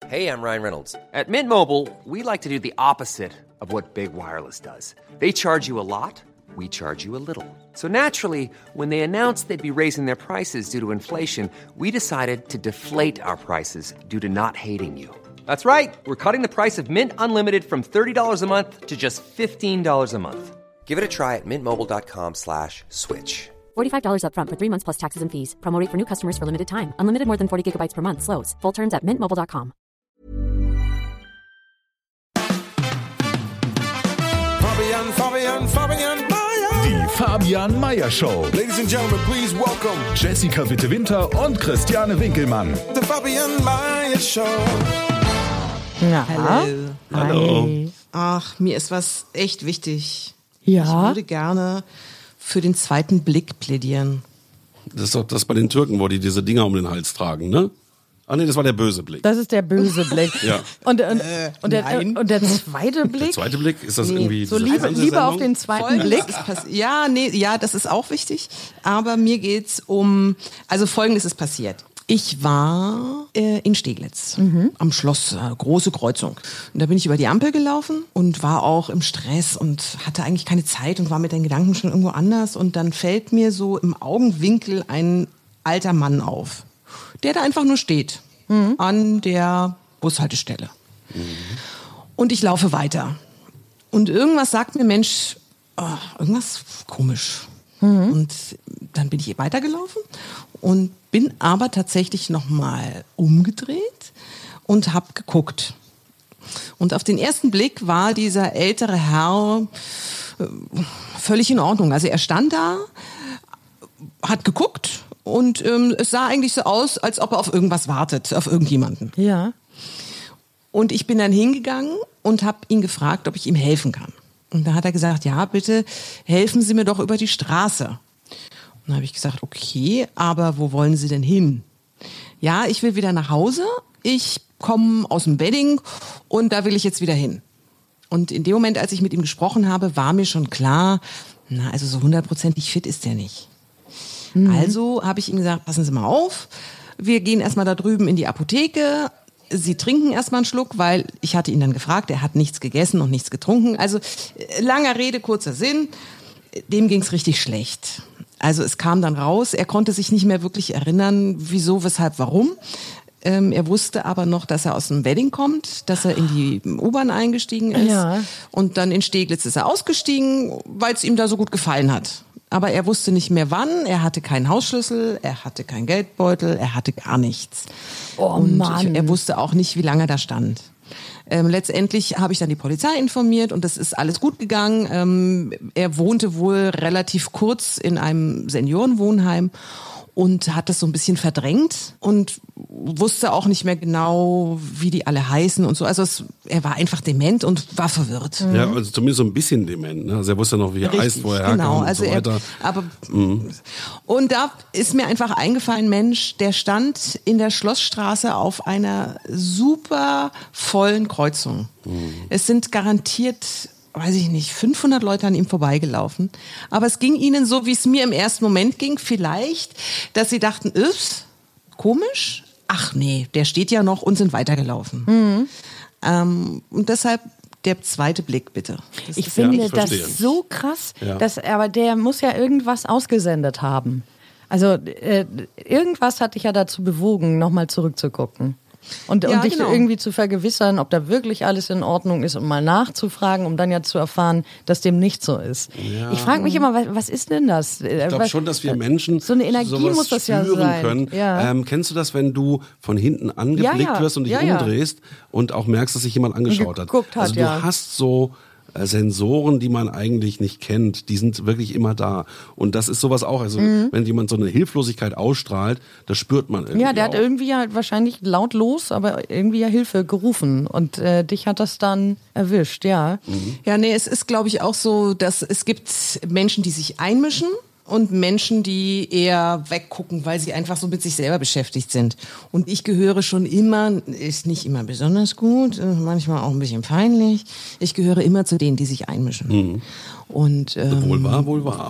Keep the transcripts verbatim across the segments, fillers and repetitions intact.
Hey, I'm Ryan Reynolds. At Mint Mobile, we like to do the opposite of what Big Wireless does. They charge you a lot, we charge you a little. So naturally, when they announced they'd be raising their prices due to inflation, we decided to deflate our prices due to not hating you. That's right. We're cutting the price of Mint Unlimited from thirty dollars a month to just fifteen dollars a month. Give it a try at mintmobile.com slash switch. forty-five dollars up front for three months plus taxes and fees. Promo rate for new customers for limited time. Unlimited more than forty gigabytes per month. Slows full terms at mint mobile dot com. Fabian, Fabian, Fabian Meyer. Die Fabian Meyer Show. Ladies and gentlemen, please welcome Jessica Witte-Winter und Christiane Winkelmann. the Fabian Meyer Show. Ja. Hallo. Hallo. Ach, mir ist was echt wichtig. Ja. Ich würde gerne für den zweiten Blick plädieren. Das ist doch das bei den Türken, wo die diese Dinger um den Hals tragen, ne? Ah nee, das war der böse Blick. Das ist der böse Blick. Ja. Und, und, Äh, und, der, nein. und der zweite Blick? Der zweite Blick, ist das Nee, irgendwie So diese liebe, lieber auf Fernsehsendung? den zweiten Folgendes Blick. ist pass- ja, nee, ja, das ist auch wichtig. Aber mir geht's um, also Folgendes ist passiert. Ich war äh, in Steglitz am Schloss, äh, große Kreuzung. Und da bin ich über die Ampel gelaufen und war auch im Stress und hatte eigentlich keine Zeit und war mit den Gedanken schon irgendwo anders. Und dann fällt mir so im Augenwinkel ein alter Mann auf, der da einfach nur steht an der Bushaltestelle. Und ich laufe weiter. Und irgendwas sagt mir, Mensch, oh, irgendwas komisch. Und dann bin ich weitergelaufen und bin aber tatsächlich nochmal umgedreht und habe geguckt. Und auf den ersten Blick war dieser ältere Herr äh, völlig in Ordnung. Also er stand da, hat geguckt und ähm, es sah eigentlich so aus, als ob er auf irgendwas wartet, auf irgendjemanden. Ja. Und ich bin dann hingegangen und habe ihn gefragt, ob ich ihm helfen kann. Und da hat er gesagt, ja, bitte helfen Sie mir doch über die Straße. Und dann habe ich gesagt, okay, aber wo wollen Sie denn hin? Ja, ich will wieder nach Hause. Ich komme aus dem Wedding und da will ich jetzt wieder hin. Und in dem Moment, als ich mit ihm gesprochen habe, war mir schon klar, na, also so hundertprozentig fit ist der nicht. Also habe ich ihm gesagt, passen Sie mal auf, wir gehen erstmal da drüben in die Apotheke. Sie trinken erstmal einen Schluck, weil ich hatte ihn dann gefragt, er hat nichts gegessen und nichts getrunken. Also äh, langer Rede, kurzer Sinn, dem ging's richtig schlecht. Also es kam dann raus, er konnte sich nicht mehr wirklich erinnern, wieso, weshalb, warum. Ähm, er wusste aber noch, dass er aus dem Wedding kommt, dass er in die U-Bahn eingestiegen ist. Ja. Und dann in Steglitz ist er ausgestiegen, weil es ihm da so gut gefallen hat. Aber er wusste nicht mehr wann, er hatte keinen Hausschlüssel, er hatte keinen Geldbeutel, er hatte gar nichts. Oh und Mann. er wusste auch nicht, wie lange er da stand. Ähm, letztendlich habe ich dann die Polizei informiert und das ist alles gut gegangen. Ähm, er wohnte wohl relativ kurz in einem Seniorenwohnheim und hat das so ein bisschen verdrängt und wusste auch nicht mehr genau, wie die alle heißen und so. Also es, er war einfach dement und war verwirrt. Ja, also zumindest so ein bisschen dement. Ne? Also er wusste noch, wie er Richtig, heißt, wo er genau. herkam Also und so weiter. Er, aber und da ist mir einfach eingefallen, Mensch, der stand in der Schlossstraße auf einer super vollen Kreuzung. Mhm. Es sind garantiert, weiß ich nicht, fünfhundert Leute an ihm vorbeigelaufen. Aber es ging ihnen so, wie es mir im ersten Moment ging, vielleicht, dass sie dachten, ups, komisch. Ach nee, der steht ja noch und sind weitergelaufen. Mhm. Ähm, und deshalb der zweite Blick, bitte. Das Ich ist- finde ich das verstehe. so krass, Ja. dass, aber der muss ja irgendwas ausgesendet haben. Also äh, irgendwas hat dich ja dazu bewogen, nochmal zurückzugucken. Und, Ja, und dich genau. irgendwie zu vergewissern, ob da wirklich alles in Ordnung ist und mal nachzufragen, um dann ja zu erfahren, dass dem nicht so ist. Ja. Ich frage mich immer, was, was ist denn das? Ich glaube schon, dass wir Menschen so eine Energie sowas muss das ja spüren sein. können. Ja. Ähm, kennst du das, wenn du von hinten angeblickt Ja, ja. wirst und dich Ja, ja. umdrehst und auch merkst, dass sich jemand angeschaut hat? Geguckt hat, also du ja. hast so äh, Sensoren, die man eigentlich nicht kennt, die sind wirklich immer da. Und das ist sowas auch, also wenn jemand so eine Hilflosigkeit ausstrahlt, das spürt man irgendwie Mhm. Ja, der hat auch. irgendwie ja wahrscheinlich lautlos, aber irgendwie ja Hilfe gerufen. Und äh, dich hat das dann erwischt, ja. Ja, nee, es ist, glaube ich, auch so, dass es gibt Menschen, die sich einmischen und Menschen, die eher weggucken, weil sie einfach so mit sich selber beschäftigt sind. Und ich gehöre schon immer, ist nicht immer besonders gut, manchmal auch ein bisschen peinlich, ich gehöre immer zu denen, die sich einmischen. Mhm. Und, ähm, wohl wahr, wohl wahr.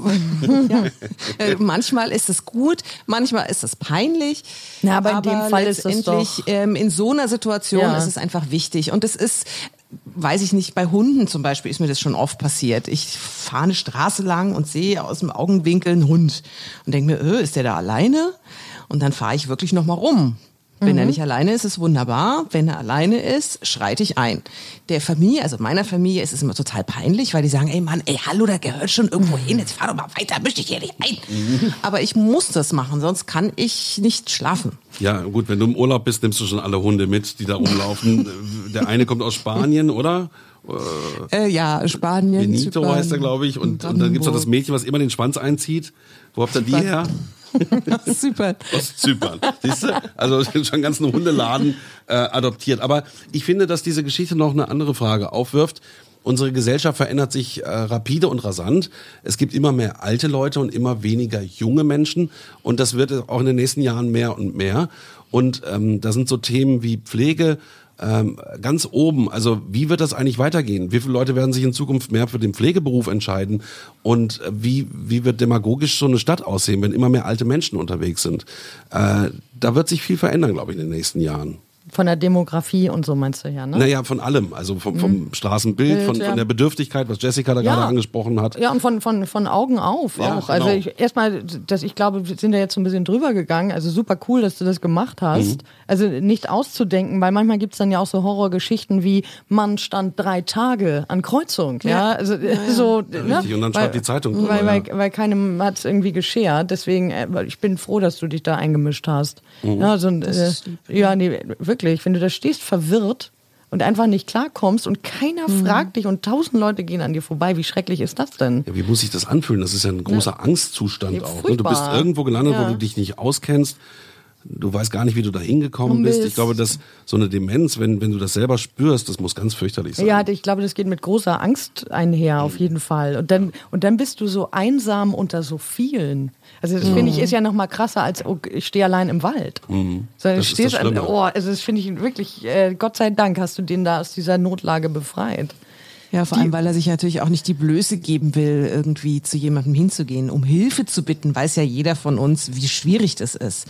ja. äh, manchmal ist es gut, manchmal ist es peinlich. Na, aber in dem Fall ist es doch... Ähm, in so einer Situation ja. ist es einfach wichtig. Und es ist, weiß ich nicht, bei Hunden zum Beispiel ist mir das schon oft passiert. Ich fahre eine Straße lang und sehe aus dem Augenwinkel einen Hund und denke mir, öh, ist der da alleine? Und dann fahre ich wirklich nochmal rum. Wenn mhm. er nicht alleine ist, ist wunderbar. Wenn er alleine ist, schreite ich ein. Der Familie, also meiner Familie, ist es immer total peinlich, weil die sagen, ey Mann, ey, hallo, der gehört schon irgendwo hin, jetzt fahr doch mal weiter, misch dich hier nicht ein. Mhm. Aber ich muss das machen, sonst kann ich nicht schlafen. Ja, gut, wenn du im Urlaub bist, nimmst du schon alle Hunde mit, die da rumlaufen. Der eine kommt aus Spanien, oder? Äh, ja, Spanien. Benito Zypern, heißt er, glaube ich. Und, und dann gibt's noch das Mädchen, was immer den Schwanz einzieht. Wo habt ihr die her? Aus Zypern. Aus Zypern. Siehst du? Also schon einen ganzen Hundeladen äh, adoptiert. Aber ich finde, dass diese Geschichte noch eine andere Frage aufwirft. Unsere Gesellschaft verändert sich äh, rapide und rasant. Es gibt immer mehr alte Leute und immer weniger junge Menschen. Und das wird auch in den nächsten Jahren mehr und mehr. Und ähm, da sind so Themen wie Pflege, Ähm, ganz oben, also wie wird das eigentlich weitergehen? Wie viele Leute werden sich in Zukunft mehr für den Pflegeberuf entscheiden? Und äh, wie, wie wird demagogisch so eine Stadt aussehen, wenn immer mehr alte Menschen unterwegs sind? Äh, da wird sich viel verändern, glaube ich, in den nächsten Jahren. Von der Demografie und so meinst du ja, ne? Naja, von allem. Also vom, vom mhm. Straßenbild, Bild, von, ja. von der Bedürftigkeit, was Jessica da ja. gerade angesprochen hat. Ja, und von, von, von Augen auf ja, auch. Genau. Also ich, erstmal, das, ich glaube, wir sind ja jetzt so ein bisschen drüber gegangen. Also super cool, dass du das gemacht hast. Mhm. Also nicht auszudenken, weil manchmal gibt's dann ja auch so Horrorgeschichten wie Mann stand drei Tage an Kreuzung. Ja, ja. Also ja, ja. so. Ja, ne? richtig. Und dann weil, schreibt die Zeitung drüber, weil, weil, ja. weil keinem hat's irgendwie geschert. Deswegen, ich bin froh, dass du dich da eingemischt hast. Mhm. Ja, so, äh, ja, nee, wirklich, wenn du da stehst, verwirrt und einfach nicht klarkommst und keiner mhm. fragt dich und tausend Leute gehen an dir vorbei. Wie schrecklich ist das denn? Ja, wie muss sich das anfühlen? Das ist ja ein großer ja. Angstzustand ja, auch. Ne? Du bist irgendwo gelandet, ja. wo du dich nicht auskennst. Du weißt gar nicht, wie du da hingekommen bist. Ich glaube, dass so eine Demenz, wenn, wenn du das selber spürst, das muss ganz fürchterlich sein. Ja, ich glaube, das geht mit großer Angst einher, auf jeden Fall. Und dann, und dann bist du so einsam unter so vielen. Also das mhm. finde ich ist ja noch mal krasser als oh, ich stehe allein im Wald. Mhm. So, das stehst ist das an, oh, also das finde ich wirklich, äh, Gott sei Dank hast du den da aus dieser Notlage befreit. Ja, vor die, allem, weil er sich natürlich auch nicht die Blöße geben will, irgendwie zu jemandem hinzugehen, um Hilfe zu bitten, weiß ja jeder von uns, wie schwierig das ist.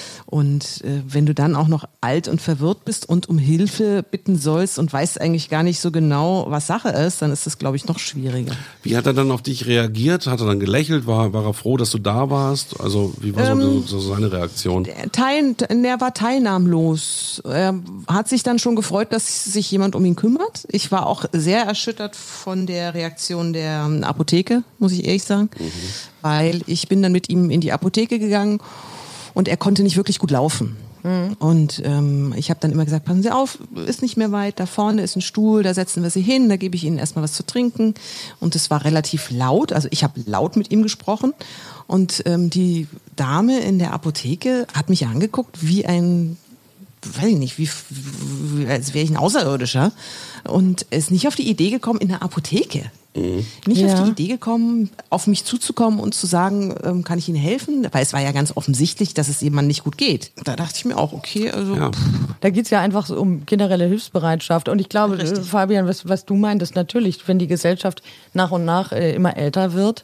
Und äh, wenn du dann auch noch alt und verwirrt bist und um Hilfe bitten sollst und weißt eigentlich gar nicht so genau, was Sache ist, dann ist das, glaube ich, noch schwieriger. Wie hat er dann auf dich reagiert? Hat er dann gelächelt? War, war er froh, dass du da warst? Also wie war ähm, so, so seine Reaktion? Teil, er war teilnahmlos. Er hat sich dann schon gefreut, dass sich jemand um ihn kümmert. Ich war auch sehr erschüttert von der Reaktion der Apotheke, muss ich ehrlich sagen. Mhm. Weil ich bin dann mit ihm in die Apotheke gegangen und er konnte nicht wirklich gut laufen. Mhm. Und ähm, ich habe dann immer gesagt, passen Sie auf, ist nicht mehr weit, da vorne ist ein Stuhl, da setzen wir Sie hin, da gebe ich Ihnen erstmal was zu trinken. Und es war relativ laut, also ich habe laut mit ihm gesprochen. Und ähm, die Dame in der Apotheke hat mich angeguckt wie ein, weiß ich nicht, wie, wie als wäre ich ein Außerirdischer. Und ist nicht auf die Idee gekommen, in der Apotheke. Mhm. Nicht ja. auf die Idee gekommen, auf mich zuzukommen und zu sagen, ähm, kann ich Ihnen helfen? Weil es war ja ganz offensichtlich, dass es jemandem nicht gut geht. Da dachte ich mir auch, okay, also... Ja. Da geht's ja einfach so um generelle Hilfsbereitschaft. Und ich glaube, Richtig. Fabian, was, was du meintest, natürlich, wenn die Gesellschaft nach und nach äh, immer älter wird,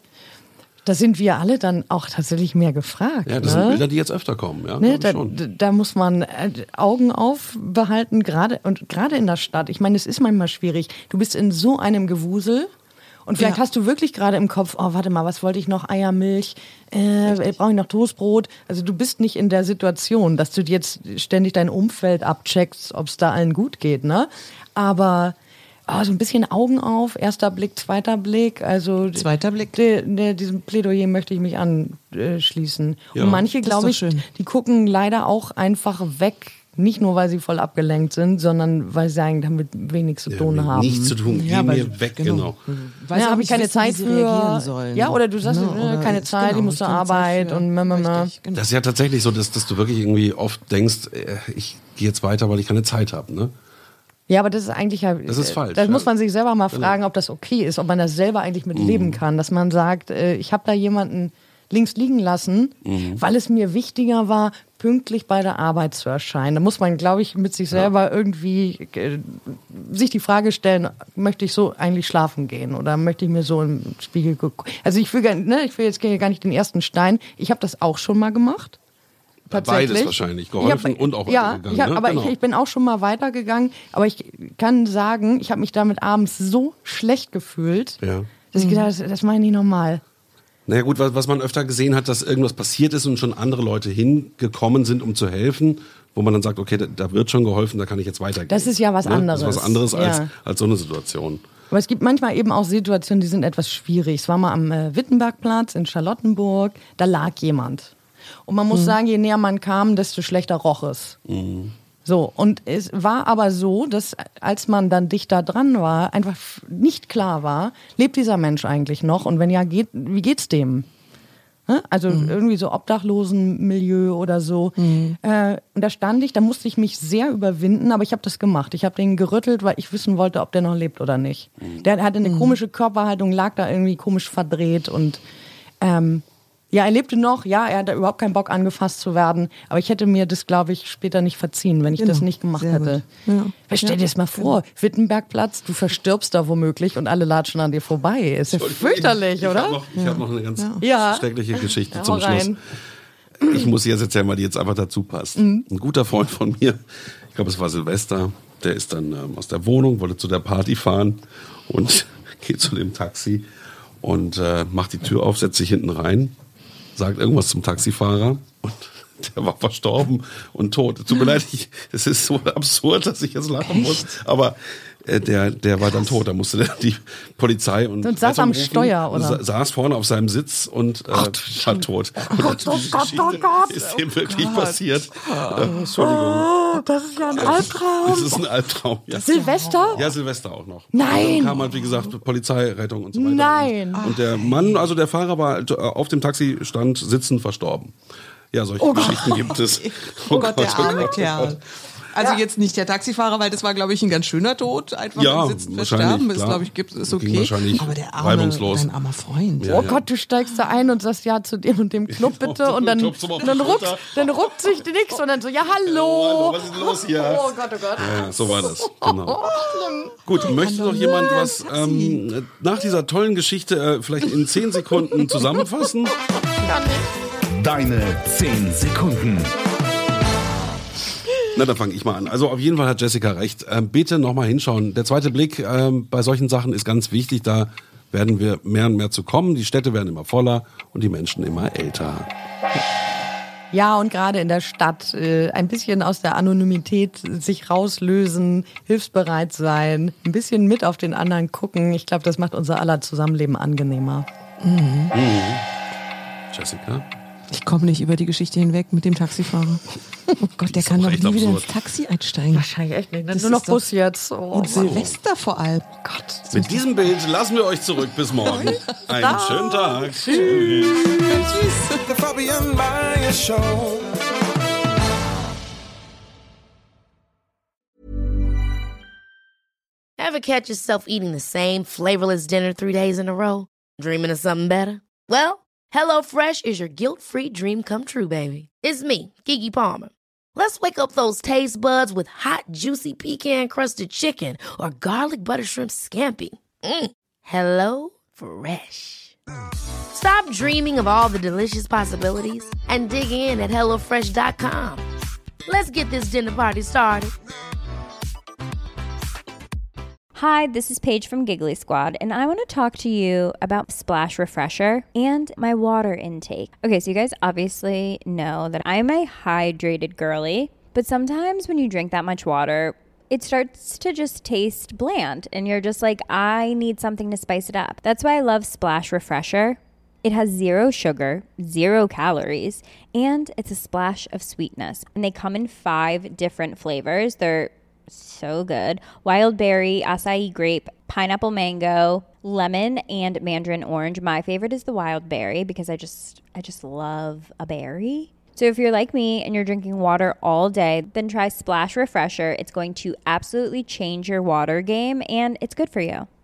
da sind wir alle dann auch tatsächlich mehr gefragt. Ja, das ne? sind Bilder, die jetzt öfter kommen. Ja, ne, da, schon. da muss man äh, Augen aufbehalten, gerade und gerade in der Stadt. Ich meine, es ist manchmal schwierig. Du bist in so einem Gewusel. Und vielleicht ja. hast du wirklich gerade im Kopf, oh, warte mal, was wollte ich noch? Eier, Milch, äh, brauche ich noch Toastbrot? Also du bist nicht in der Situation, dass du jetzt ständig dein Umfeld abcheckst, ob es da allen gut geht, ne? Aber oh, so ein bisschen Augen auf, erster Blick, zweiter Blick, also zweiter Blick. De, de, diesem Plädoyer möchte ich mich anschließen. Ja, und manche, glaube ich, schön. die gucken leider auch einfach weg. Nicht nur, weil sie voll abgelenkt sind, sondern weil sie sagen, damit wenig zu tun ja, haben. Nichts zu tun, ja, geh weil, mir weg, genau. genau. Weil ja, habe ich keine Zeit für. Sollen. Ja, oder du sagst, no, äh, keine jetzt, Zeit, genau, ich muss zur Arbeit für, und mama. genau. Das ist ja tatsächlich so, dass, dass du wirklich irgendwie oft denkst, äh, ich gehe jetzt weiter, weil ich keine Zeit habe, ne? Ja, aber das ist eigentlich ja. Das ist falsch. Da muss man ja. sich selber mal fragen, ob das okay ist, ob man das selber eigentlich mit mhm. leben kann. Dass man sagt, äh, ich habe da jemanden links liegen lassen, mhm. weil es mir wichtiger war, pünktlich bei der Arbeit zu erscheinen. Da muss man, glaube ich, mit sich selber ja. irgendwie äh, sich die Frage stellen, möchte ich so eigentlich schlafen gehen oder möchte ich mir so im Spiegel gucken? Also ich will, ne, ich will jetzt gar nicht den ersten Stein. Ich habe das auch schon mal gemacht. Tatsächlich. Beides wahrscheinlich, geholfen hab, und auch ja, weitergegangen. Ich hab, ne? aber genau. ich, ich bin auch schon mal weitergegangen. Aber ich kann sagen, ich habe mich damit abends so schlecht gefühlt, ja. dass ich gedacht habe, das, das meine ich nicht normal. Naja gut, was, was man öfter gesehen hat, dass irgendwas passiert ist und schon andere Leute hingekommen sind, um zu helfen, wo man dann sagt, okay, da, da wird schon geholfen, da kann ich jetzt weitergehen. Das ist ja was ne? anderes. Das ist was anderes ja. als, als so eine Situation. Aber es gibt manchmal eben auch Situationen, die sind etwas schwierig. Es war mal am äh, Wittenbergplatz in Charlottenburg, da lag jemand. Und man muss mhm. sagen, je näher man kam, desto schlechter roch es. Mhm. So, und es war aber so, dass als man dann dichter dran war, einfach nicht klar war, lebt dieser Mensch eigentlich noch? Und wenn ja, geht, wie geht's dem? Also mhm. irgendwie so Obdachlosenmilieu oder so. Mhm. Äh, und da stand ich, da musste ich mich sehr überwinden, aber ich habe das gemacht. Ich habe den gerüttelt, weil ich wissen wollte, ob der noch lebt oder nicht. Mhm. Der hatte eine mhm. komische Körperhaltung, lag da irgendwie komisch verdreht und ähm, ja, er lebte noch, ja, er hatte überhaupt keinen Bock angefasst zu werden, aber ich hätte mir das, glaube ich, später nicht verziehen, wenn ich genau. das nicht gemacht Sehr hätte. Ja. Stell dir das mal vor, genau. Wittenbergplatz, du verstirbst da womöglich und alle latschen an dir vorbei. Ist ja fürchterlich, ich, oder? Ich habe noch, ich ja. hab noch eine ganz ja. schreckliche Geschichte ja, zum rein. Schluss. Ich muss jetzt erzählen, weil die jetzt einfach dazu passt. Mhm. Ein guter Freund von mir, ich glaube, es war Silvester, der ist dann ähm, aus der Wohnung, wollte zu der Party fahren und geht zu dem Taxi und äh, macht die Tür auf, setzt sich hinten rein, sagt irgendwas zum Taxifahrer und der war verstorben und tot. Tut mir leid, es ist so absurd, dass ich jetzt lachen Echt? muss, aber äh, der, der war dann tot. Da musste der, die Polizei und, und saß am rufen, Steuer, oder? Sa- saß vorne auf seinem Sitz und äh, Gott, war tot. Oh Gott, oh Gott, oh Gott. Ist dem wirklich Gott. passiert. Äh, Entschuldigung. Oh, das ist ja ein Albtraum. Das ist ein Albtraum. Ja. Silvester? Ja, Silvester auch noch. Nein. Und dann kam halt, wie gesagt, Polizei, Rettung und so weiter. Nein. Und, und der Mann, also der Fahrer war auf dem Taxistand sitzend verstorben. Ja, solche oh Geschichten Gott. gibt es. Oh, oh Gott, der arme Kerl. Also ja. jetzt nicht der Taxifahrer, weil das war, glaube ich, ein ganz schöner Tod. Einfach ja, im Sitzen versterben ist, glaube ich, gibt, ist okay. Aber der arme, reibungslos. dein armer Freund. Ja, oh ja. Gott, du steigst da ein und sagst ja zu dem und dem Club bitte und dann, dann, ruckt, dann ruckt sich nichts und dann so, ja hallo. Oh, was ist los hier? Oh Gott, oh Gott. Ja, so war das, genau. Gut, möchte noch jemand was ähm, nach dieser tollen Geschichte äh, vielleicht in zehn Sekunden zusammenfassen? Kann nicht. Deine zehn Sekunden. Na, dann fange ich mal an. Also auf jeden Fall hat Jessica recht. Ähm, bitte nochmal hinschauen. Der zweite Blick ähm, bei solchen Sachen ist ganz wichtig. Da werden wir mehr und mehr zu kommen. Die Städte werden immer voller und die Menschen immer älter. Ja, und gerade in der Stadt äh, ein bisschen aus der Anonymität sich rauslösen, hilfsbereit sein, ein bisschen mit auf den anderen gucken. Ich glaube, das macht unser aller Zusammenleben angenehmer. Mhm. Mhm. Jessica? Ich komme nicht über die Geschichte hinweg mit dem Taxifahrer. Oh Gott, der kann doch nie absurd. wieder ins Taxi einsteigen. Wahrscheinlich echt nicht. Nur noch Bus jetzt. Oh, und Silvester vor allem. Oh Gott. Mit diesem Bild lassen wir euch zurück. Bis morgen. Einen schönen Tag. Tschüss. Tschüss. The Fabian Meyer Show. Ever catch yourself eating the same flavorless dinner three days in a row? Dreaming of something better? Well, HelloFresh is your guilt-free dream come true, baby. It's me, Keke Palmer. Let's wake up those taste buds with hot, juicy pecan-crusted chicken or garlic butter shrimp scampi. Mm. Hello Fresh. Stop dreaming of all the delicious possibilities and dig in at hello fresh dot com. Let's get this dinner party started. Hi, this is Paige from Giggly Squad, and I want to talk to you about Splash Refresher and my water intake. Okay, so you guys obviously know that I'm a hydrated girly, but sometimes when you drink that much water, it starts to just taste bland, and you're just like, I need something to spice it up. That's why I love Splash Refresher. It has zero sugar, zero calories, and it's a splash of sweetness. And they come in five different flavors. They're so good. Wild berry, acai grape, pineapple mango, lemon, and mandarin orange. My favorite is the wild berry because I just I just love a berry. So if you're like me and you're drinking water all day, then try Splash Refresher. It's going to absolutely change your water game, and it's good for you.